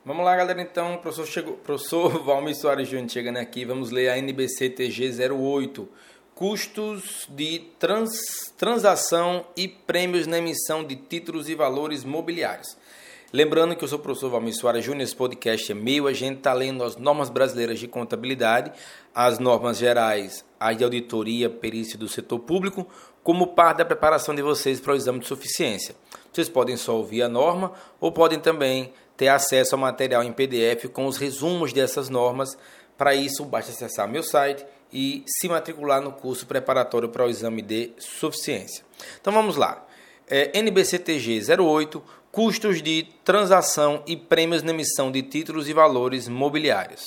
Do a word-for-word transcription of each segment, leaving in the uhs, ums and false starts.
Vamos lá, galera, então, o professor, chegou, professor Valmir Soares Júnior chegando aqui, vamos ler a N B C T G zero oito, custos de trans, transação e prêmios na emissão de títulos e valores mobiliários. Lembrando que eu sou o professor Valmir Soares Júnior, esse podcast é meu, a gente está lendo as normas brasileiras de contabilidade, as normas gerais, as de auditoria, perícia do setor público, como parte da preparação de vocês para o exame de suficiência. Vocês podem só ouvir a norma ou podem também ter acesso ao material em P D F com os resumos dessas normas. Para isso, basta acessar meu site e se matricular no curso preparatório para o exame de suficiência. Então vamos lá. É, N B C T G zero oito, custos de transação e prêmios na emissão de títulos e valores mobiliários.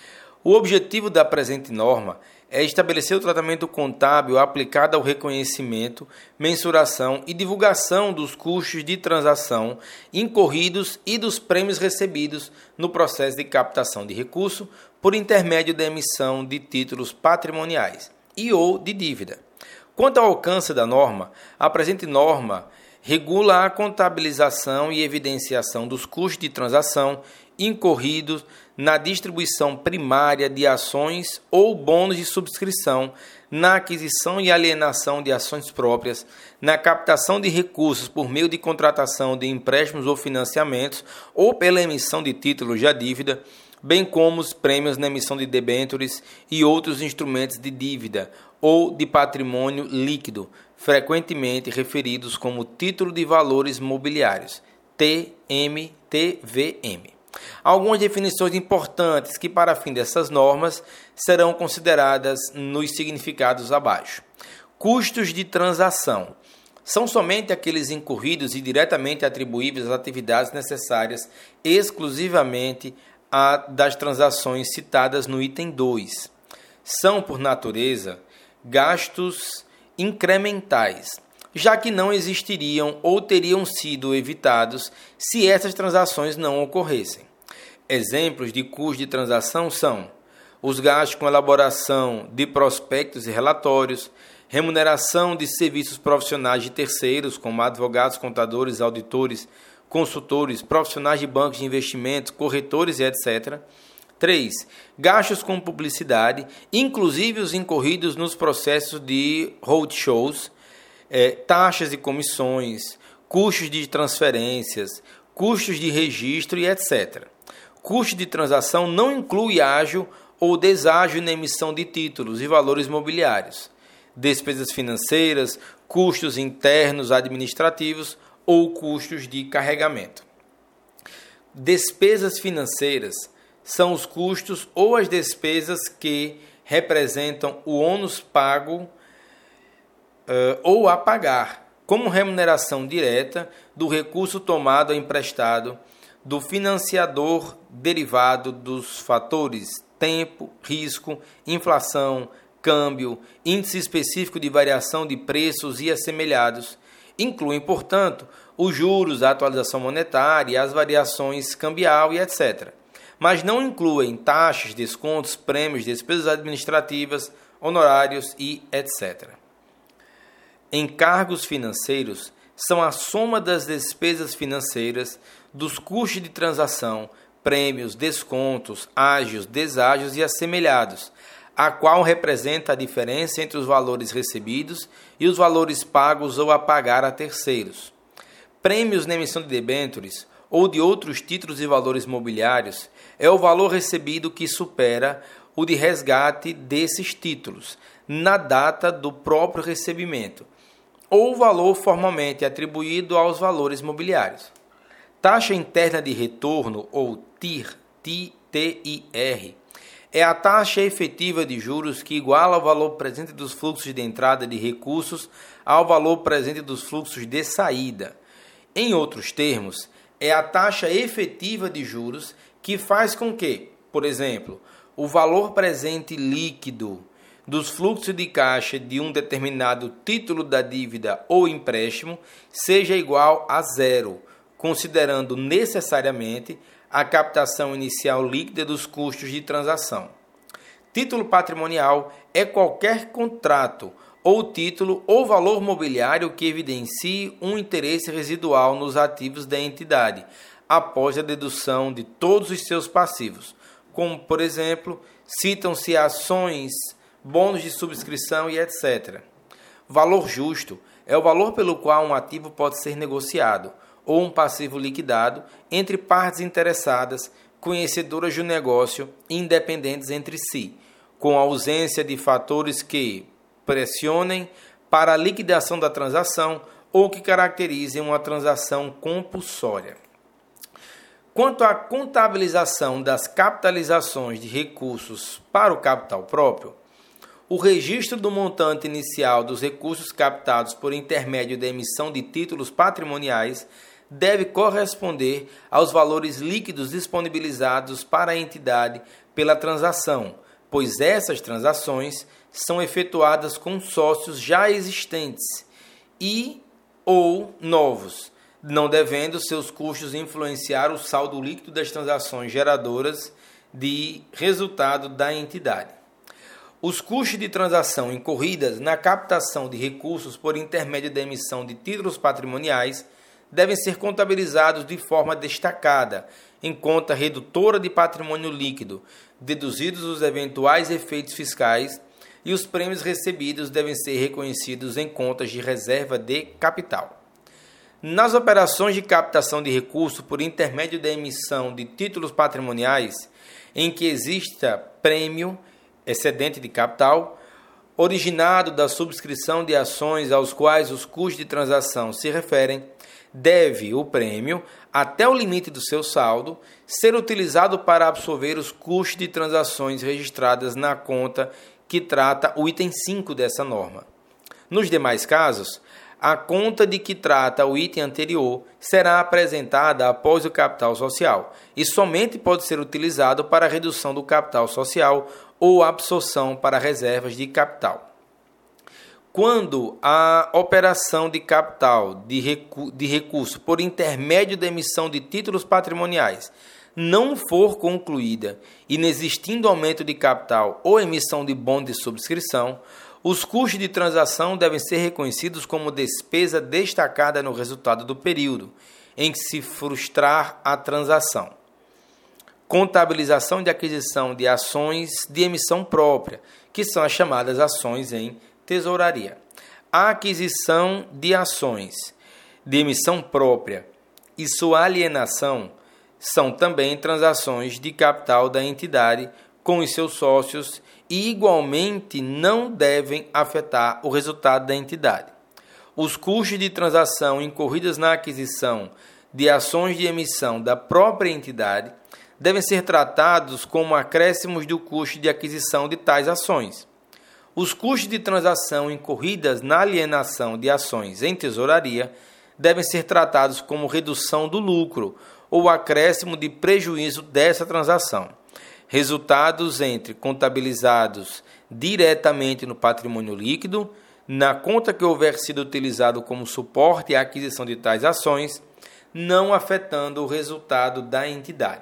O objetivo da presente norma é estabelecer o tratamento contábil aplicado ao reconhecimento, mensuração e divulgação dos custos de transação incorridos e dos prêmios recebidos no processo de captação de recurso por intermédio da emissão de títulos patrimoniais e ou de dívida. Quanto ao alcance da norma, a presente norma regula a contabilização e evidenciação dos custos de transação incorridos na distribuição primária de ações ou bônus de subscrição, na aquisição e alienação de ações próprias, na captação de recursos por meio de contratação de empréstimos ou financiamentos ou pela emissão de títulos de dívida, bem como os prêmios na emissão de debêntures e outros instrumentos de dívida ou de patrimônio líquido, frequentemente referidos como título de valores mobiliários, T M T V M. Algumas definições importantes que, para fim dessas normas, serão consideradas nos significados abaixo. Custos de transação são somente aqueles incorridos e diretamente atribuíveis às atividades necessárias exclusivamente a das transações citadas no item dois. São, por natureza, gastos incrementais, já que não existiriam ou teriam sido evitados se essas transações não ocorressem. Exemplos de custos de transação são os gastos com elaboração de prospectos e relatórios, remuneração de serviços profissionais de terceiros, como advogados, contadores, auditores, consultores, profissionais de bancos de investimentos, corretores e etcétera. três. Gastos com publicidade, inclusive os incorridos nos processos de roadshows, é, taxas e comissões, custos de transferências, custos de registro e etcétera. Custo de transação não inclui ágio ou deságio na emissão de títulos e valores mobiliários, despesas financeiras, custos internos administrativos ou custos de carregamento. Despesas financeiras são os custos ou as despesas que representam o ônus pago uh, ou a pagar, como remuneração direta do recurso tomado ou emprestado, do financiador derivado dos fatores tempo, risco, inflação, câmbio, índice específico de variação de preços e assemelhados. Incluem, portanto, os juros, a atualização monetária, as variações cambial e etcétera. Mas não incluem taxas, descontos, prêmios, despesas administrativas, honorários e etcétera. Encargos financeiros são a soma das despesas financeiras, dos custos de transação, prêmios, descontos, ágios, deságios e assemelhados, a qual representa a diferença entre os valores recebidos e os valores pagos ou a pagar a terceiros. Prêmios na emissão de debêntures ou de outros títulos e valores mobiliários é o valor recebido que supera o de resgate desses títulos na data do próprio recebimento, ou o valor formalmente atribuído aos valores mobiliários. Taxa interna de retorno, ou T I R, T I R, é a taxa efetiva de juros que iguala o valor presente dos fluxos de entrada de recursos ao valor presente dos fluxos de saída. Em outros termos, é a taxa efetiva de juros que faz com que, por exemplo, o valor presente líquido dos fluxos de caixa de um determinado título da dívida ou empréstimo seja igual a zero, considerando necessariamente a captação inicial líquida dos custos de transação. Título patrimonial é qualquer contrato ou título ou valor mobiliário que evidencie um interesse residual nos ativos da entidade, após a dedução de todos os seus passivos, como, por exemplo, citam-se ações, bônus de subscrição e etcétera. Valor justo é o valor pelo qual um ativo pode ser negociado ou um passivo liquidado entre partes interessadas, conhecedoras do negócio e independentes entre si, com a ausência de fatores que pressionem para a liquidação da transação ou que caracterizem uma transação compulsória. Quanto à contabilização das capitalizações de recursos para o capital próprio, o registro do montante inicial dos recursos captados por intermédio da emissão de títulos patrimoniais deve corresponder aos valores líquidos disponibilizados para a entidade pela transação, pois essas transações são efetuadas com sócios já existentes e ou novos, não devendo seus custos influenciar o saldo líquido das transações geradoras de resultado da entidade. Os custos de transação incorridas na captação de recursos por intermédio da emissão de títulos patrimoniais devem ser contabilizados de forma destacada, em conta redutora de patrimônio líquido, deduzidos os eventuais efeitos fiscais, e os prêmios recebidos devem ser reconhecidos em contas de reserva de capital. Nas operações de captação de recursos por intermédio da emissão de títulos patrimoniais, em que exista prêmio, excedente de capital, originado da subscrição de ações aos quais os custos de transação se referem, deve o prêmio, até o limite do seu saldo, ser utilizado para absorver os custos de transações registradas na conta que trata o item cinco dessa norma. Nos demais casos, a conta de que trata o item anterior será apresentada após o capital social e somente pode ser utilizado para a redução do capital social ou absorção para reservas de capital. Quando a operação de capital de, recu- de recurso por intermédio da emissão de títulos patrimoniais não for concluída, inexistindo aumento de capital ou emissão de bônus de subscrição, os custos de transação devem ser reconhecidos como despesa destacada no resultado do período em que se frustrar a transação. Contabilização de aquisição de ações de emissão própria, que são as chamadas ações em tesouraria. A aquisição de ações de emissão própria e sua alienação são também transações de capital da entidade com os seus sócios e, igualmente, não devem afetar o resultado da entidade. Os custos de transação incorridos na aquisição de ações de emissão da própria entidade devem ser tratados como acréscimos do custo de aquisição de tais ações. Os custos de transação incorridas na alienação de ações em tesouraria devem ser tratados como redução do lucro ou acréscimo de prejuízo dessa transação, resultados entre contabilizados diretamente no patrimônio líquido, na conta que houver sido utilizado como suporte à aquisição de tais ações, não afetando o resultado da entidade.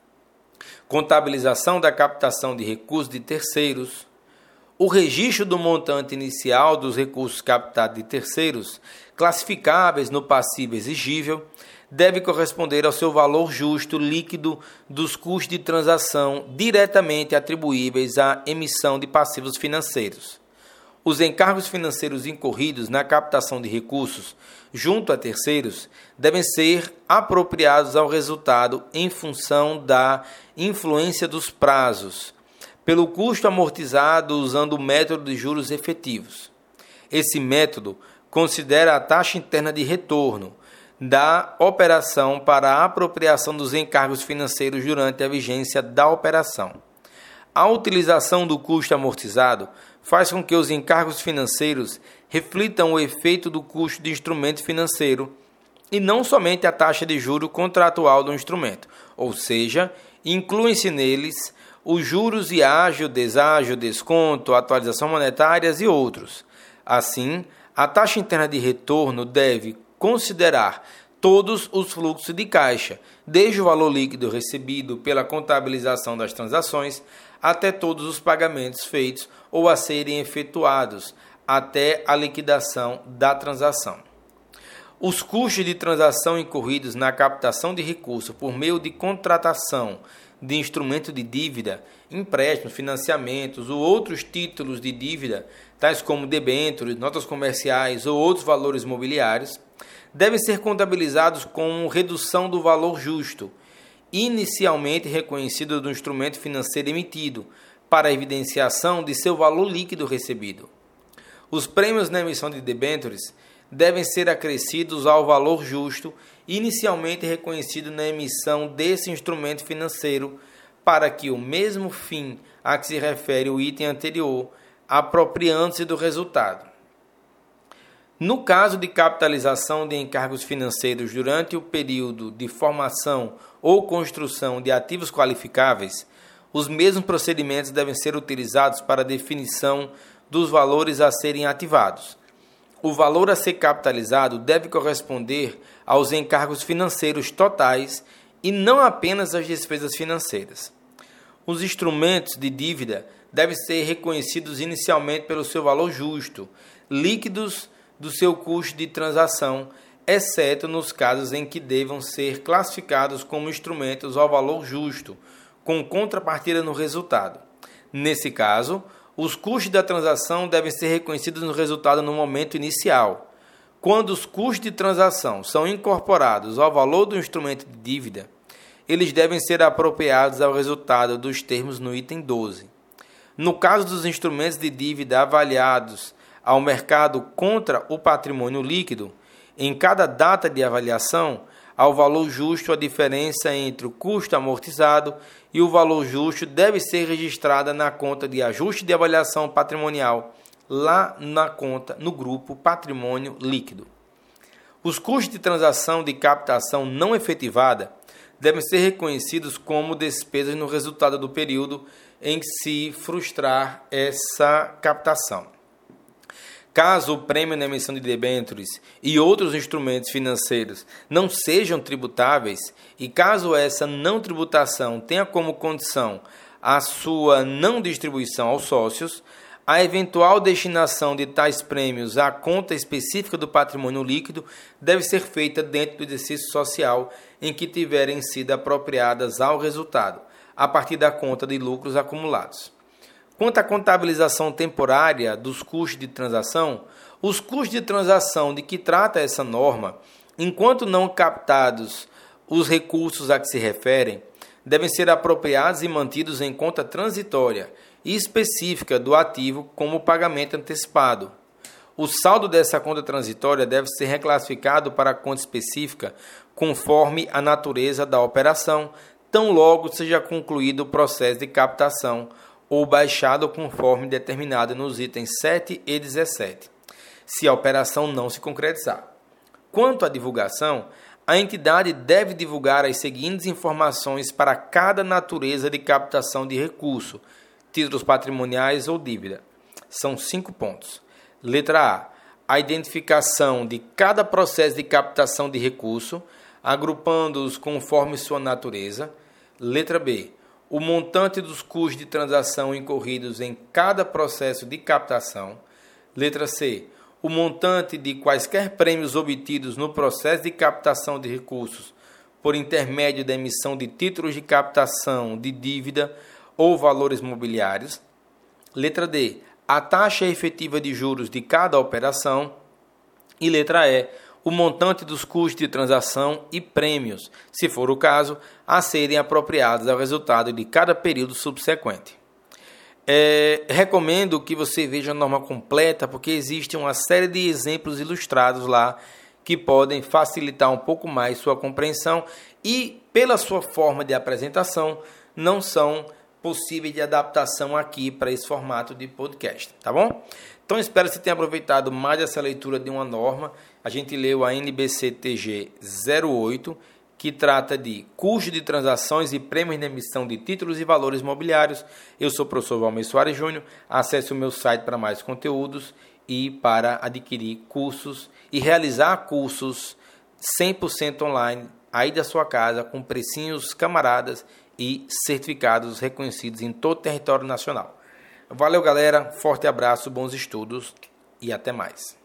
Contabilização da captação de recursos de terceiros. O registro do montante inicial dos recursos captados de terceiros, classificáveis no passivo exigível, deve corresponder ao seu valor justo líquido dos custos de transação diretamente atribuíveis à emissão de passivos financeiros. Os encargos financeiros incorridos na captação de recursos junto a terceiros devem ser apropriados ao resultado em função da influência dos prazos, pelo custo amortizado usando o método de juros efetivos. Esse método considera a taxa interna de retorno da operação para a apropriação dos encargos financeiros durante a vigência da operação. A utilização do custo amortizado faz com que os encargos financeiros reflitam o efeito do custo de instrumento financeiro e não somente a taxa de juro contratual do instrumento, ou seja, incluem-se neles os juros e ágio, deságio, desconto, atualização monetárias e outros. Assim, a taxa interna de retorno deve considerar todos os fluxos de caixa, desde o valor líquido recebido pela contabilização das transações até todos os pagamentos feitos ou a serem efetuados até a liquidação da transação. Os custos de transação incorridos na captação de recurso por meio de contratação de instrumento de dívida, empréstimos, financiamentos ou outros títulos de dívida, tais como debêntures, notas comerciais ou outros valores mobiliários, devem ser contabilizados como redução do valor justo, inicialmente reconhecido do instrumento financeiro emitido, para a evidenciação de seu valor líquido recebido. Os prêmios na emissão de debêntures devem ser acrescidos ao valor justo inicialmente reconhecido na emissão desse instrumento financeiro, para que o mesmo fim a que se refere o item anterior, apropriando-se do resultado. No caso de capitalização de encargos financeiros durante o período de formação ou construção de ativos qualificáveis, os mesmos procedimentos devem ser utilizados para a definição dos valores a serem ativados. O valor a ser capitalizado deve corresponder aos encargos financeiros totais e não apenas às despesas financeiras. Os instrumentos de dívida devem ser reconhecidos inicialmente pelo seu valor justo, líquidos do seu custo de transação, exceto nos casos em que devam ser classificados como instrumentos ao valor justo, com contrapartida no resultado. Nesse caso, os custos da transação devem ser reconhecidos no resultado no momento inicial. Quando os custos de transação são incorporados ao valor do instrumento de dívida, eles devem ser apropriados ao resultado dos termos no item doze. No caso dos instrumentos de dívida avaliados ao mercado contra o patrimônio líquido, em cada data de avaliação, ao valor justo, a diferença entre o custo amortizado e o valor justo deve ser registrada na conta de ajuste de avaliação patrimonial, lá na conta, no grupo Patrimônio Líquido. Os custos de transação de captação não efetivada devem ser reconhecidos como despesas no resultado do período em que se frustrar essa captação. Caso o prêmio na emissão de debêntures e outros instrumentos financeiros não sejam tributáveis e caso essa não tributação tenha como condição a sua não distribuição aos sócios, a eventual destinação de tais prêmios à conta específica do patrimônio líquido deve ser feita dentro do exercício social em que tiverem sido apropriadas ao resultado, a partir da conta de lucros acumulados. Quanto à contabilização temporária dos custos de transação, os custos de transação de que trata essa norma, enquanto não captados os recursos a que se referem, devem ser apropriados e mantidos em conta transitória e específica do ativo como pagamento antecipado. O saldo dessa conta transitória deve ser reclassificado para a conta específica conforme a natureza da operação, tão logo seja concluído o processo de captação ou baixado conforme determinado nos itens sete e dezessete, se a operação não se concretizar. Quanto à divulgação, a entidade deve divulgar as seguintes informações para cada natureza de captação de recurso, títulos patrimoniais ou dívida. São cinco pontos. Letra A. A identificação de cada processo de captação de recurso, agrupando-os conforme sua natureza. Letra B. O montante dos custos de transação incorridos em cada processo de captação. Letra C. O montante de quaisquer prêmios obtidos no processo de captação de recursos por intermédio da emissão de títulos de captação de dívida ou valores mobiliários. Letra D. A taxa efetiva de juros de cada operação. E letra E. O montante dos custos de transação e prêmios, se for o caso, a serem apropriados ao resultado de cada período subsequente. É, recomendo que você veja a norma completa, porque existe uma série de exemplos ilustrados lá que podem facilitar um pouco mais sua compreensão e, pela sua forma de apresentação, não são possíveis de adaptação aqui para esse formato de podcast, tá bom? Então, espero que você tenha aproveitado mais essa leitura de uma norma. A gente leu a N B C T G zero oito, que trata de custo de transações e prêmios de emissão de títulos e valores mobiliários. Eu sou o professor Valmir Soares Júnior. Acesse o meu site para mais conteúdos e para adquirir cursos e realizar cursos cem por cento online aí da sua casa, com precinhos camaradas e certificados reconhecidos em todo o território nacional. Valeu, galera. Forte abraço, bons estudos e até mais.